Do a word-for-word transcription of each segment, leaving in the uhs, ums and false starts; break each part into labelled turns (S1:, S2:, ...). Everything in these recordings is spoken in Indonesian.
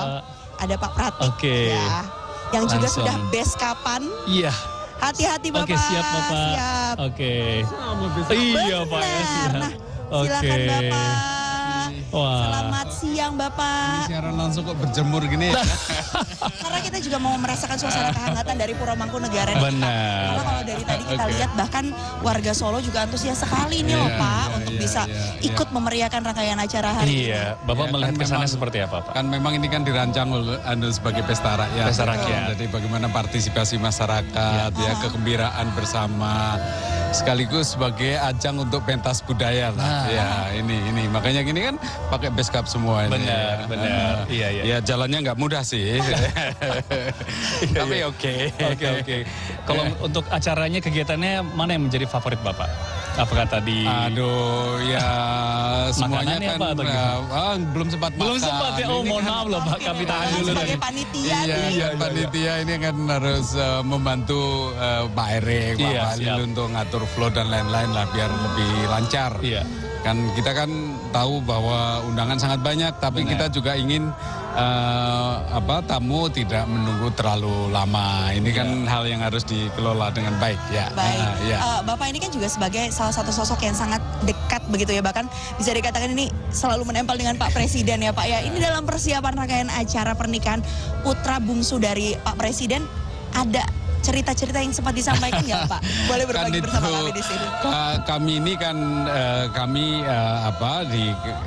S1: ada Pak Pratik
S2: Oke.
S1: ya, yang juga
S2: Langsung.
S1: sudah base kapan.
S2: Iya.
S1: Hati-hati Bapak.
S2: Oke, siap Bapak.
S1: Siap.
S2: Oke.
S1: Benar.
S2: Iya Pak ya, siap.
S1: Nah, silakan
S2: Oke.
S1: Bapak.
S2: Wah.
S1: Selamat siang Bapak.
S3: Siaran langsung kok berjemur gini ya.
S1: Karena kita juga mau merasakan suasana kehangatan dari Puro Mangkunagaran.
S2: Benar.
S1: Karena kalau dari tadi kita
S3: Oke.
S1: lihat bahkan warga Solo juga antusias sekali nih loh
S3: Iya,
S1: Pak
S3: iya,
S1: untuk
S3: iya,
S1: bisa
S3: iya,
S1: ikut memeriahkan rangkaian acara hari ini.
S2: Iya, Bapak
S3: Ya,
S2: melihat
S3: kan
S2: kesannya
S3: memang-
S2: seperti apa Pak?
S3: Kan memang ini kan dirancang oleh anu sebagai pesta rakyat.
S2: Pesta rakyat.
S3: Jadi bagaimana partisipasi masyarakat, ya, kegembiraan bersama, sekaligus sebagai ajang untuk pentas budaya
S2: Nah.
S3: lah. Ya ini ini makanya gini kan pakai base cap semua ini.
S2: Benar,
S3: ya.
S2: benar.
S3: Ah,
S2: Iya, iya.
S3: Ya jalannya nggak mudah sih. Tapi oke.
S2: Oke oke. Kalau untuk acaranya, kegiatannya mana yang menjadi favorit Bapak? Apakah tadi?
S3: Aduh, ya semuanya
S2: Makanannya
S3: kan
S2: apa atau gimana?
S3: uh, ah, belum sempat
S2: Belum
S3: makan.
S2: sempat ya. Oh
S3: Ini
S2: mohon
S3: kan-
S2: maaf loh Pak, kami tahan dulu
S1: Sebagai
S2: tadi.
S1: panitia
S3: Iya,
S1: nih.
S3: iya, panitia ini kan harus uh, membantu uh, Pak Erik, Pak
S2: Iya,
S3: Halil
S2: siap.
S3: untuk ngatur flow dan lain-lain lah biar lebih lancar.
S2: Iya.
S3: Kan kita kan tahu bahwa undangan sangat banyak, tapi
S2: Benar.
S3: kita juga ingin uh, apa tamu tidak menunggu terlalu lama. Ini kan hal yang harus dikelola dengan baik ya.
S1: Baik,
S3: Ah, ya.
S1: Eh, Bapak ini kan juga sebagai salah satu sosok yang sangat dekat begitu ya, bahkan bisa dikatakan ini selalu menempel dengan Pak Presiden ya Pak ya. Ini dalam persiapan rangkaian acara pernikahan putra bungsu dari Pak Presiden, ada cerita-cerita yang sempat disampaikan nggak Pak? Boleh berbagi
S3: Kan
S1: bersama
S3: itu,
S1: kami di sini.
S3: ka- kami ini kan eh, kami eh, apa di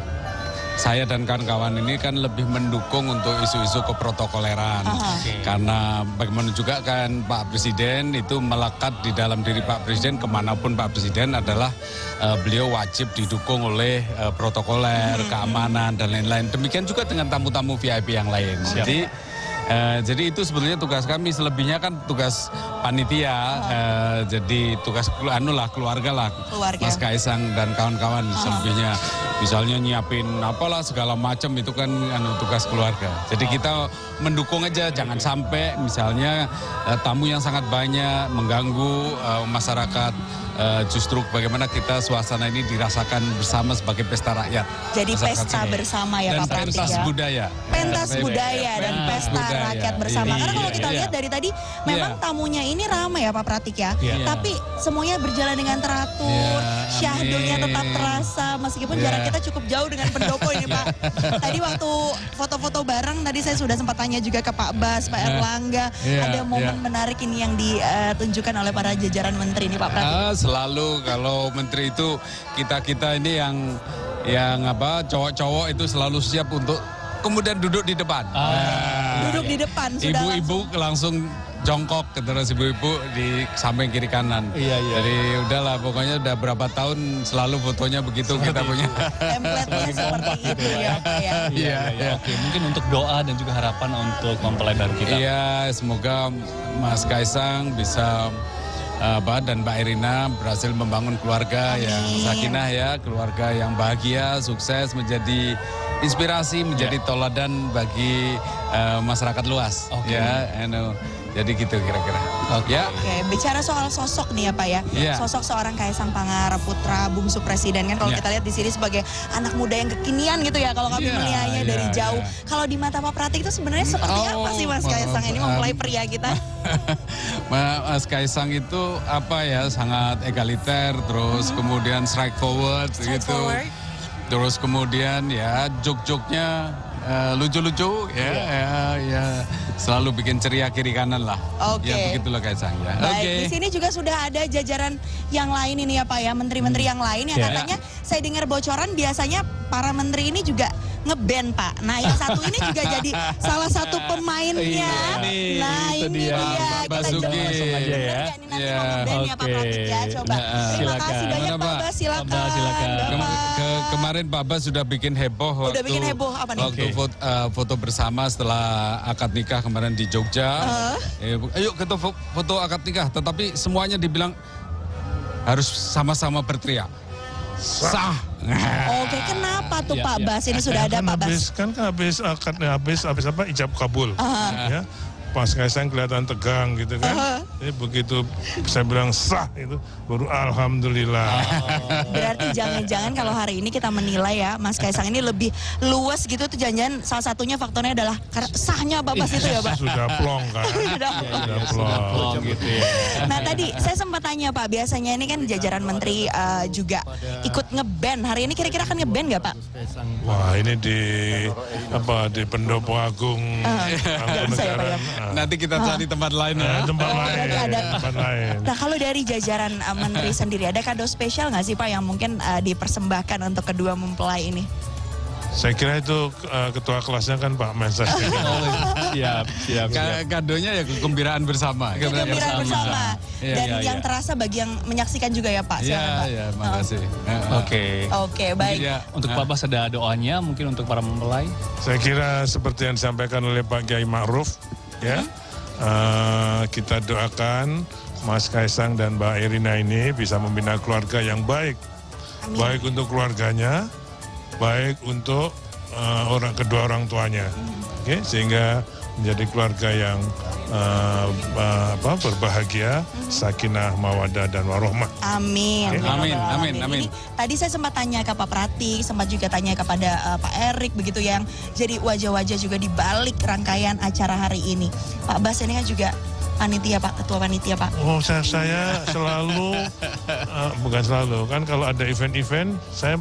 S3: saya dan kawan-kawan ini kan lebih mendukung untuk isu-isu keprotokoleran.
S1: Aha.
S3: Karena bagaimana juga kan Pak Presiden itu melekat di dalam diri Pak Presiden, kemanapun Pak Presiden adalah eh, beliau wajib didukung oleh eh, protokoler, keamanan dan lain-lain. Demikian juga dengan tamu-tamu V I P yang lain. Jadi Eh, jadi itu sebetulnya tugas kami, selebihnya kan tugas panitia, eh, jadi tugas kelu- anu lah keluarga lah,
S1: Keluarga.
S3: Mas Kaisang dan kawan-kawan selebihnya, misalnya nyiapin apalah segala macam itu kan anu tugas keluarga. Jadi kita mendukung aja, jangan sampai misalnya eh, tamu yang sangat banyak mengganggu eh, masyarakat. Eh, justru bagaimana kita suasana ini dirasakan bersama sebagai pesta rakyat.
S1: Jadi
S3: Masyarakat
S1: pesta
S3: Solo.
S1: bersama ya
S3: Dan
S1: Pak Pratik
S3: pentas
S1: ya.
S3: budaya.
S1: Pentas
S3: Eh,
S1: budaya dan
S3: pentas
S1: pesta
S3: budaya.
S1: rakyat bersama. Karena kalau kita
S3: Iya,
S1: lihat
S3: iya.
S1: dari tadi memang
S3: Iya.
S1: tamunya ini ramai ya Pak Pratik ya.
S2: Iya.
S1: Tapi semuanya berjalan dengan teratur,
S3: Iya,
S1: syahdunya
S3: amin.
S1: tetap terasa meskipun
S3: Iya.
S1: jarak kita cukup jauh dengan pendopo ini Pak. Tadi waktu foto-foto bareng tadi saya sudah sempat tanya juga ke Pak Bas, Pak Erlangga,
S3: Iya,
S1: ada momen
S3: iya.
S1: menarik ini yang ditunjukkan oleh para jajaran menteri ini Pak Pratik.
S3: Ah, selalu kalau menteri itu kita-kita ini yang yang apa cowok-cowok itu selalu siap untuk kemudian duduk di depan. Ah,
S1: Duduk di depan sudah
S3: Ibu-ibu langsung jongkok, terus ibu-ibu di samping kiri kanan.
S2: Iya, iya.
S3: Jadi udahlah pokoknya udah berapa tahun selalu fotonya begitu kita punya.
S1: template-nya seperti itu ya Pak ya.
S2: Iya, iya. Oke, mungkin untuk doa dan juga harapan untuk mempelai baru kita.
S3: Iya, semoga Mas Kaisang bisa apa dan Mbak Irina berhasil membangun keluarga yang sakinah ya, keluarga yang bahagia, sukses, menjadi inspirasi, menjadi toladan bagi eh, masyarakat luas.
S2: Oke.
S3: Ya, anu, jadi gitu kira-kira. Ya.
S1: Oke, bicara soal sosok nih ya Pak ya.
S3: Iya.
S1: Sosok seorang Kaisang Pangarep putra bungsu presiden kan kalau
S3: Iya.
S1: kita lihat di sini sebagai anak muda yang kekinian gitu ya kalau kami
S3: Iya,
S1: melihatnya dari
S3: iya,
S1: jauh.
S3: iya.
S1: Kalau di mata Pak Pratik itu sebenarnya seperti
S3: Oh,
S1: apa sih Mas
S3: Pak-
S1: Kaisang ini
S3: um,
S1: mempelai pria kita?
S3: Mas Kaisang itu apa ya, sangat egaliter, terus kemudian strike forward gitu.
S1: Straightforward.
S3: Terus kemudian ya jok-joknya eh, lucu-lucu ya, ya, ya selalu bikin ceria kiri kanan lah.
S1: Oke.
S3: Ya begitulah Kaisang ya.
S1: Baik,
S3: Oke.
S1: di sini juga sudah ada jajaran yang lain ini ya Pak ya, menteri-menteri yang lain yang
S2: Ya.
S1: katanya saya dengar bocoran biasanya para menteri ini juga ngeband Pak. Nah yang satu ini juga jadi salah satu pemainnya.
S2: Iya,
S3: nih,
S1: Nah
S2: itu
S1: ini
S2: dia.
S1: dia.
S3: Pak
S1: Kita
S3: Basuki.
S1: coba
S2: Langsung aja ya.
S1: Bener nggak nih nanti
S3: Iya,
S1: mau ngeband ya Pak
S2: oke.
S1: Pratik ya, coba.
S3: Nah,
S1: Terima
S2: silakan.
S1: kasih banyak
S3: Gimana,
S1: Pak
S3: Pak?
S1: Bas, silakan.
S2: Pak Bas, silakan.
S3: Kem-
S1: Bapak.
S3: ke- kemarin Pak Bas sudah bikin heboh
S1: Udah
S3: waktu
S1: bikin heboh, apa nih?
S3: waktu
S2: Oke.
S3: foto, eh, foto bersama setelah akad nikah kemarin di Jogja. Eh, bu- ayo kita fo- foto akad nikah, tetapi semuanya dibilang harus sama-sama berteriak. Sah.
S1: Oke, kenapa tuh
S2: Ya,
S1: Pak
S2: ya.
S1: Bas? Ini sudah ada
S4: kan
S1: Pak Bas.
S4: habis kan kan habis akad habis habis apa ijab kabul
S1: Aha.
S4: ya Mas Kaisang kelihatan tegang gitu kan.
S1: Uh-huh.
S4: Jadi begitu saya bilang sah itu baru alhamdulillah.
S1: Oh. Berarti jangan-jangan kalau hari ini kita menilai ya Mas Kaisang ini lebih luas gitu tuh jangan-jangan salah satunya faktornya adalah karena sahnya Pak Bas itu ya Pak.
S4: Sudah plong kan.
S1: Sudah
S4: Sudah plong.
S2: gitu ya.
S1: Nah tadi saya sempat tanya Pak, biasanya ini kan jajaran menteri uh, juga ikut ngeband. Hari ini kira-kira akan ngeband nggak Pak?
S4: Wah ini di apa di Pendopo Agung
S1: Nggak bisa ya Pak ya?
S3: Nanti kita cari tempat lain ya.
S4: Nah, tempat
S1: Oh,
S4: lain.
S1: berarti ada.
S4: Tempat lain.
S1: Nah kalau dari jajaran uh, menteri sendiri ada kado spesial nggak sih Pak yang mungkin uh, dipersembahkan untuk kedua mempelai ini?
S4: Saya kira itu uh, ketua kelasnya kan Pak Mensa.
S2: Siap, siap,
S3: Ka-
S2: siap.
S3: Kadonya ya kegembiraan bersama.
S1: Kegembiraan bersama.
S2: Iya,
S1: Dan
S2: iya,
S1: yang
S2: iya.
S1: terasa bagi yang menyaksikan juga ya Pak.
S3: Iya,
S1: Silakan, Pak.
S3: iya,
S1: Oh.
S3: makasih.
S2: Oke.
S1: Oke baik.
S3: Ya,
S2: Untuk Pak Bas ada doanya mungkin untuk para mempelai?
S4: Saya kira seperti yang disampaikan oleh Pak Kiai Ma'ruf, ya, uh, kita doakan Mas Kaisang dan Mbak Erina ini bisa membina keluarga yang baik,
S1: Amin.
S4: baik untuk keluarganya, baik untuk uh, orang kedua orang tuanya, Oke, sehingga menjadi keluarga yang uh, uh, apa, berbahagia, sakinah, mawadah dan warohmah.
S1: Amin.
S4: Oke.
S1: Ya
S3: Amin,
S1: Rabbal
S3: amin,
S1: Alamin.
S3: amin.
S1: Ini tadi saya sempat tanya ke Pak Pratik, sempat juga tanya kepada uh, Pak Erik begitu yang jadi wajah-wajah juga di balik rangkaian acara hari ini. Pak Bas ini kan juga panitia Pak, ketua panitia Pak.
S4: Oh, saya, saya selalu, uh, bukan selalu, kan kalau ada event-event, saya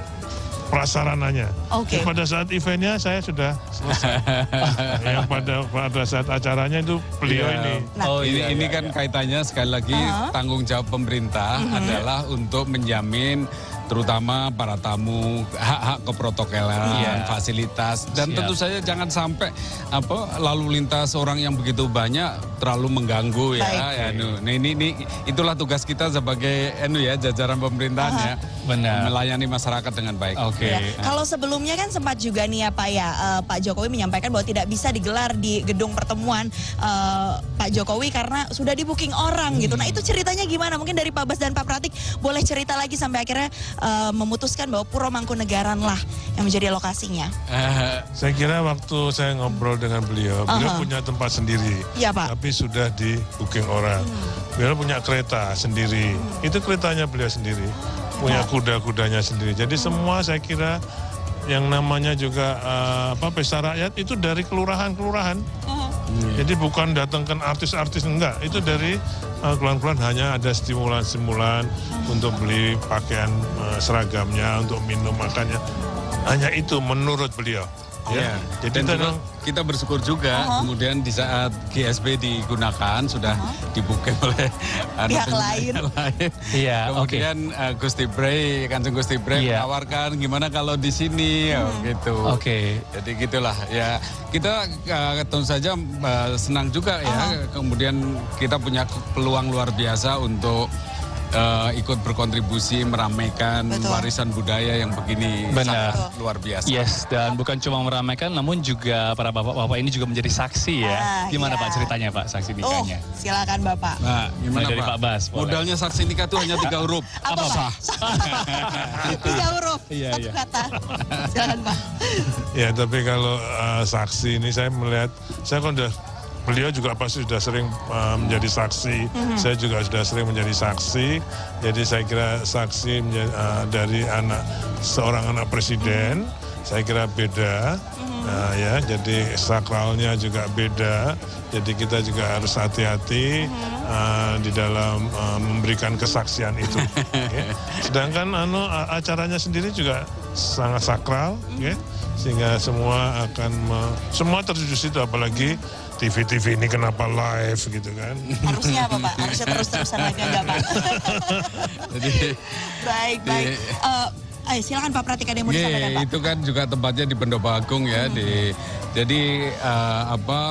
S4: prasarananya.
S1: Oke.
S4: Pada saat eventnya saya sudah selesai. Yang pada pada saat acaranya itu beliau
S3: Iya.
S4: ini.
S1: Nah.
S3: Oh, ini,
S2: iya,
S3: ini
S2: iya,
S3: kan
S2: iya.
S3: kaitannya sekali lagi
S1: Uh-huh.
S3: tanggung jawab pemerintah adalah untuk menjamin terutama para tamu hak-hak keprotokoleran,
S2: Iya.
S3: fasilitas dan
S2: Siap.
S3: tentu saja jangan sampai apa lalu lintas orang yang begitu banyak terlalu mengganggu ya.
S1: Baik.
S3: Ya, nu. Nah, ini, ini itulah tugas kita sebagai enu ya jajaran pemerintahan ya.
S2: Benar.
S3: Melayani masyarakat dengan baik.
S2: Oke.
S1: Ya. Kalau sebelumnya kan sempat juga nih ya Pak ya, eh, Pak Jokowi menyampaikan bahwa tidak bisa digelar di gedung pertemuan eh, Pak Jokowi karena sudah di booking orang gitu. Nah itu ceritanya gimana? Mungkin dari Pak Bas dan Pak Pratik boleh cerita lagi sampai akhirnya eh, memutuskan bahwa Puro Mangkunegaran lah yang menjadi lokasinya.
S3: Eh,
S4: Saya kira waktu saya ngobrol dengan beliau, beliau
S1: Aha.
S4: punya tempat sendiri.
S1: Iya Pak.
S4: Tapi sudah di booking orang. Beliau punya kereta sendiri. Itu keretanya beliau sendiri. Punya kuda-kudanya sendiri. Jadi semua saya kira yang namanya juga uh, apa pesta rakyat itu dari kelurahan-kelurahan. Jadi bukan datangkan artis-artis, enggak. Itu dari uh, kelurahan-kelurahan hanya ada stimulan-stimulan untuk beli pakaian uh, seragamnya, untuk minum makannya. Hanya itu menurut beliau.
S3: Ya,
S4: Jadi
S3: dan
S4: kita
S3: juga
S4: dong-
S3: kita bersyukur juga
S1: Uh-huh.
S3: kemudian di saat G S B digunakan sudah dibuka oleh anu,
S1: Pihak
S3: penyedia
S1: lain.
S3: lain.
S2: Iya, oke.
S3: Kemudian uh, Gusti Bray, Kanjeng Gusti Bray
S2: Iya.
S3: menawarkan gimana kalau di sini ya, gitu.
S2: Oke.
S3: Jadi gitulah ya. Kita uh, tentu saja uh, senang juga ya. Kemudian kita punya peluang luar biasa untuk uh, ikut berkontribusi meramaikan
S1: Betul.
S3: warisan budaya yang begini
S2: Benar.
S3: sangat luar biasa.
S2: Yes, dan bukan cuma meramaikan, namun juga para bapak-bapak ini juga menjadi saksi ya.
S1: Ah,
S2: Gimana
S1: iya.
S2: Pak ceritanya Pak, saksi
S1: Oh,
S2: nikahnya?
S1: silakan Bapak.
S3: Nah, gimana
S2: Dari
S3: Pak?
S2: Pak Bas, boleh.
S3: Modalnya saksi nikah itu hanya tiga huruf.
S1: Apa, Pak? Tiga huruf,
S2: Iya,
S1: satu
S2: iya.
S1: kata. Silakan Pak.
S4: Ya, tapi kalau uh, saksi ini saya melihat, saya kan udah, beliau juga pasti sudah sering uh, menjadi saksi, saya juga sudah sering menjadi saksi. Jadi saya kira saksi menjadi, uh, dari anak seorang anak presiden, saya kira beda. Nah, ya, jadi sakralnya juga beda. Jadi kita juga harus hati-hati uh, di dalam uh, memberikan kesaksian itu. Oke. Sedangkan anu a- acaranya sendiri juga sangat sakral, oke. Sehingga semua akan me- semua tertuju situ, apalagi T V-T V ini kenapa live gitu kan.
S1: Harusnya apa Pak? Harusnya terus-terusan lagi enggak Pak?
S3: Jadi
S1: Baik, baik. Eh, ayo silakan Pak Pratik ada yang mau
S3: Ye,
S1: disampaikan Pak.
S3: itu kan juga tempatnya di Pendopo Agung ya. Di, jadi eh, apa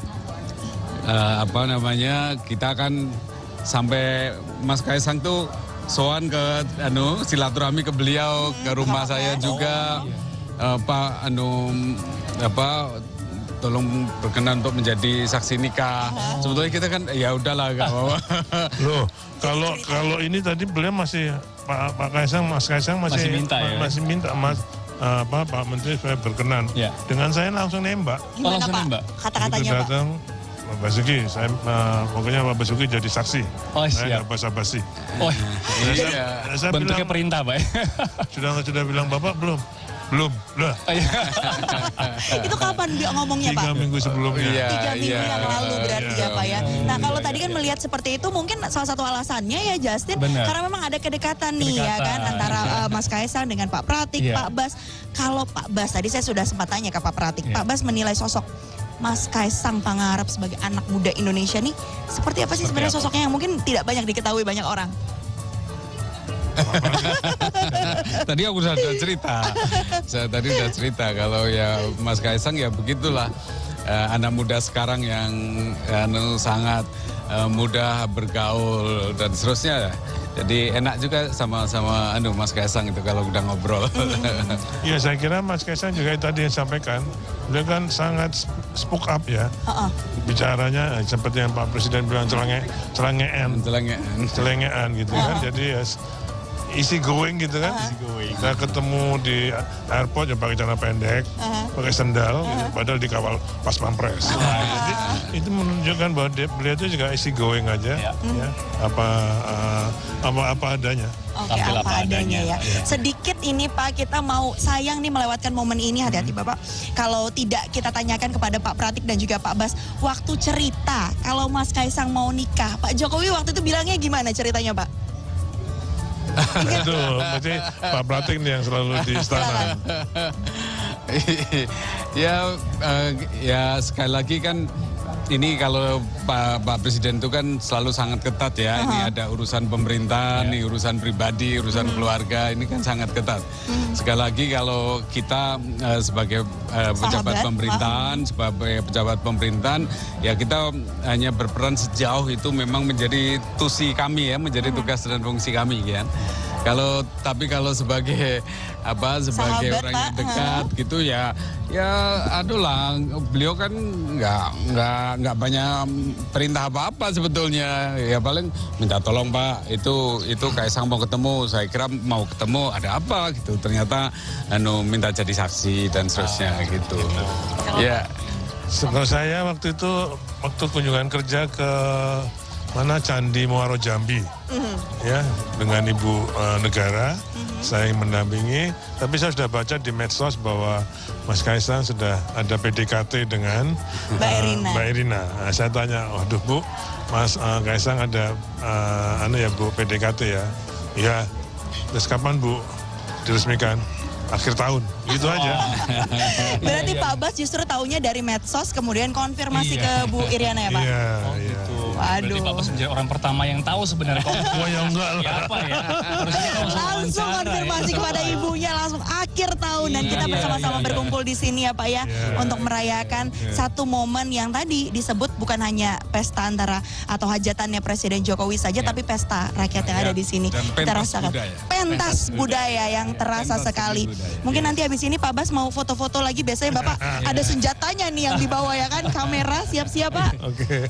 S3: eh, apa namanya kita kan sampai Mas Kaisang tuh soan ke anu silaturahmi ke beliau ke rumah saya juga Eh, Pak anu apa tolong berkenan untuk menjadi saksi nikah. Sebetulnya kita kan ya udahlah gak apa-apa.
S4: Loh, kalau kalau ini tadi beliau masih Pak Pak Kaisang, Mas Kaisang masih
S2: Masih minta ya?
S4: masih minta Mas eh, apa Pak Menteri supaya berkenan.
S2: Ya.
S4: Dengan saya langsung nembak.
S2: Oh,
S1: Gimana
S2: langsung
S1: Pak?
S2: nembak?
S4: Begitu
S1: Kata-katanya Pak.
S4: datang, Pak Basuki, saya uh, pokoknya Pak Basuki jadi saksi.
S2: Oh,
S4: Saya
S2: siap.
S4: nggak basa-basi.
S2: Oh,
S3: Iya.
S4: Saya
S2: bentuknya
S4: bilang,
S2: perintah, Pak.
S4: sudah sudah bilang Bapak belum? Belum. Lah,
S1: Itu kapan dia ngomongnya
S4: tiga
S1: Pak?
S4: minggu sebelumnya.
S3: Iya,
S1: Tiga minggu
S3: iya.
S1: yang lalu berarti ya Pak ya. Nah kalau tadi kan
S2: iya.
S1: melihat seperti itu mungkin salah satu alasannya ya Justin
S2: Benar.
S1: karena memang ada kedekatan nih ya
S2: Kedekatan.
S1: kan antara uh, Mas Kaisang dengan Pak Pratik,
S2: Iya.
S1: Pak Bas. Kalau Pak Bas tadi saya sudah sempat tanya ke Pak Pratik,
S2: Iya.
S1: Pak Bas menilai sosok Mas Kaisang Pangarep sebagai anak muda Indonesia nih seperti apa sih
S2: Seperti
S1: sebenarnya
S2: apa?
S1: sosoknya yang mungkin tidak banyak diketahui banyak orang?
S3: Tadi aku sudah ada cerita. Saya tadi sudah cerita kalau ya Mas Kaisang ya begitulah. Eh, anak muda sekarang yang anu, sangat eh, mudah bergaul dan seterusnya. Jadi enak juga sama-sama anu Mas Kaisang itu kalau udah ngobrol.
S4: Iya, saya kira Mas Kaisang juga tadi yang sampaikan, dia kan sangat spoke up ya.
S1: Uh-uh.
S4: Bicaranya eh, seperti yang Pak Presiden bilang celenge, celengean,
S3: Celengean.
S4: celengean gitu kan. Jadi ya easy going gitu kan. Saya ketemu di airport ya pakai celana pendek, pakai sendal, gitu, padahal dikawal pas pampres. Jadi itu menunjukkan bahwa dia, beliau itu juga easy going aja,
S2: Ya.
S4: ya. Apa uh, apa apa adanya.
S1: Oke,
S2: Tampil
S1: apa
S2: apa
S1: adanya
S2: adanya.
S1: ya. Sedikit ini Pak, kita mau sayang nih melewatkan momen ini, hati-hati Bapak. Kalau tidak kita tanyakan kepada Pak Pratik dan juga Pak Bas, waktu cerita kalau Mas Kaisang mau nikah, Pak Jokowi waktu itu bilangnya gimana ceritanya Pak?
S4: Itu berarti Pak Pratik nih yang selalu di istana.
S3: ya eh, ya sekali lagi kan ini kalau Pak, Pak Presiden itu kan selalu sangat ketat ya. Ini ada urusan pemerintahan, ini urusan pribadi, urusan keluarga, ini kan sangat ketat. Sekali lagi kalau kita eh, sebagai eh, pejabat
S1: Sahabat,
S3: pemerintahan, sebagai pejabat pemerintahan, ya kita hanya berperan sejauh itu memang menjadi tusi kami ya, menjadi tugas dan fungsi kami kan. Kalau tapi kalau sebagai apa sebagai
S1: Sahabat,
S3: orang
S1: Pak.
S3: yang dekat gitu ya ya aduh lah beliau kan nggak nggak nggak banyak perintah apa-apa sebetulnya, ya paling minta tolong Pak itu itu Kaisang mau ketemu, saya kira mau ketemu ada apa gitu, ternyata anu minta jadi saksi dan seterusnya gitu ya.
S4: Kalau saya waktu itu waktu kunjungan kerja ke mana Candi Muaro Jambi, ya dengan ibu uh, negara, saya yang mendampingi. Tapi saya sudah baca di medsos bahwa Mas Kaisang sudah ada P D K T dengan
S1: Mbak
S4: uh,
S1: Erina.
S4: Mbak Erina. Nah, saya tanya, waduh Bu, Mas uh, Kaisang ada uh, anu ya Bu P D K T ya? Iya. Terus kapan Bu diresmikan? Akhir tahun, gitu aja.
S1: Berarti Pak Bas justru taunya dari medsos kemudian konfirmasi
S2: Iya.
S1: ke Bu Iriana ya Pak?
S4: Iya, iya.
S1: Waduh.
S2: Berarti Pak Bas menjadi orang pertama yang tahu sebenarnya kok.
S4: Wah ya enggak lah.
S2: Ya apa ya? Harusnya kita langsung
S1: Langsung
S2: wawancara
S1: konfirmasi
S2: ya,
S1: kepada
S2: sama ya.
S1: ibunya langsung akhir tahun dan
S2: Iya,
S1: kita
S2: iya,
S1: bersama-sama
S2: iya, iya.
S1: berkumpul di sini ya Pak ya
S4: Iya.
S1: untuk merayakan satu momen yang tadi disebut bukan hanya pesta antara atau hajatannya Presiden Jokowi saja
S2: Iya.
S1: tapi pesta rakyat yang
S3: Ya,
S1: ada di sini.
S3: dan
S1: Kita
S3: pentas
S1: rasakan
S3: budaya.
S1: pentas budaya yang terasa
S3: pentas
S1: sekali.
S3: budaya.
S1: Mungkin nanti habis ini Pak Bas mau foto-foto lagi, biasanya Bapak ada senjatanya nih yang dibawa ya kan, kamera siap-siap Pak.
S4: Oke.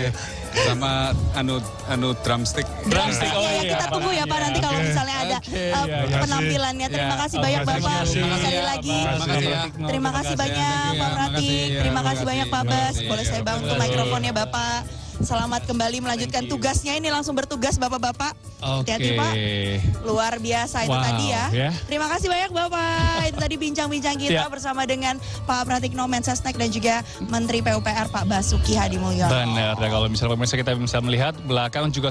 S3: Sama anu anu drumstick.
S2: Drumstick, oh
S1: Ya, ya,
S2: iya,
S1: kita tunggu ya Pak nanti kalau
S4: Oke.
S1: misalnya ada
S3: Oke,
S1: uh,
S2: iya, iya.
S1: penampilannya. Terima
S3: Ya,
S1: kasih banyak
S4: terima
S1: Bapak.
S4: kasih.
S1: Sekali
S3: Iya,
S1: lagi.
S3: Pak. Makasih ya.
S1: Terima kasih banyak
S3: Thank you
S1: Pak
S3: ya,
S1: Pratik.
S3: makasih ya,
S1: Terima kasih
S3: makasih.
S1: banyak Pak
S3: Terima
S1: Bas.
S3: kasih.
S1: Boleh saya bantu
S2: Terima kasih.
S1: mikrofonnya Bapak. Selamat kembali melanjutkan tugasnya ini, langsung bertugas Bapak-bapak. Hati-hati Pak. Luar biasa itu
S2: Wow,
S1: tadi ya.
S2: ya.
S1: Terima kasih banyak Bapak. Itu tadi bincang-bincang kita
S2: Ya.
S1: bersama dengan Pak Pratikno Mensesnek dan juga Menteri P U P R Pak Basuki Hadimulyono.
S2: Benar, dan kalau misalnya pemirsa kita bisa melihat belakang juga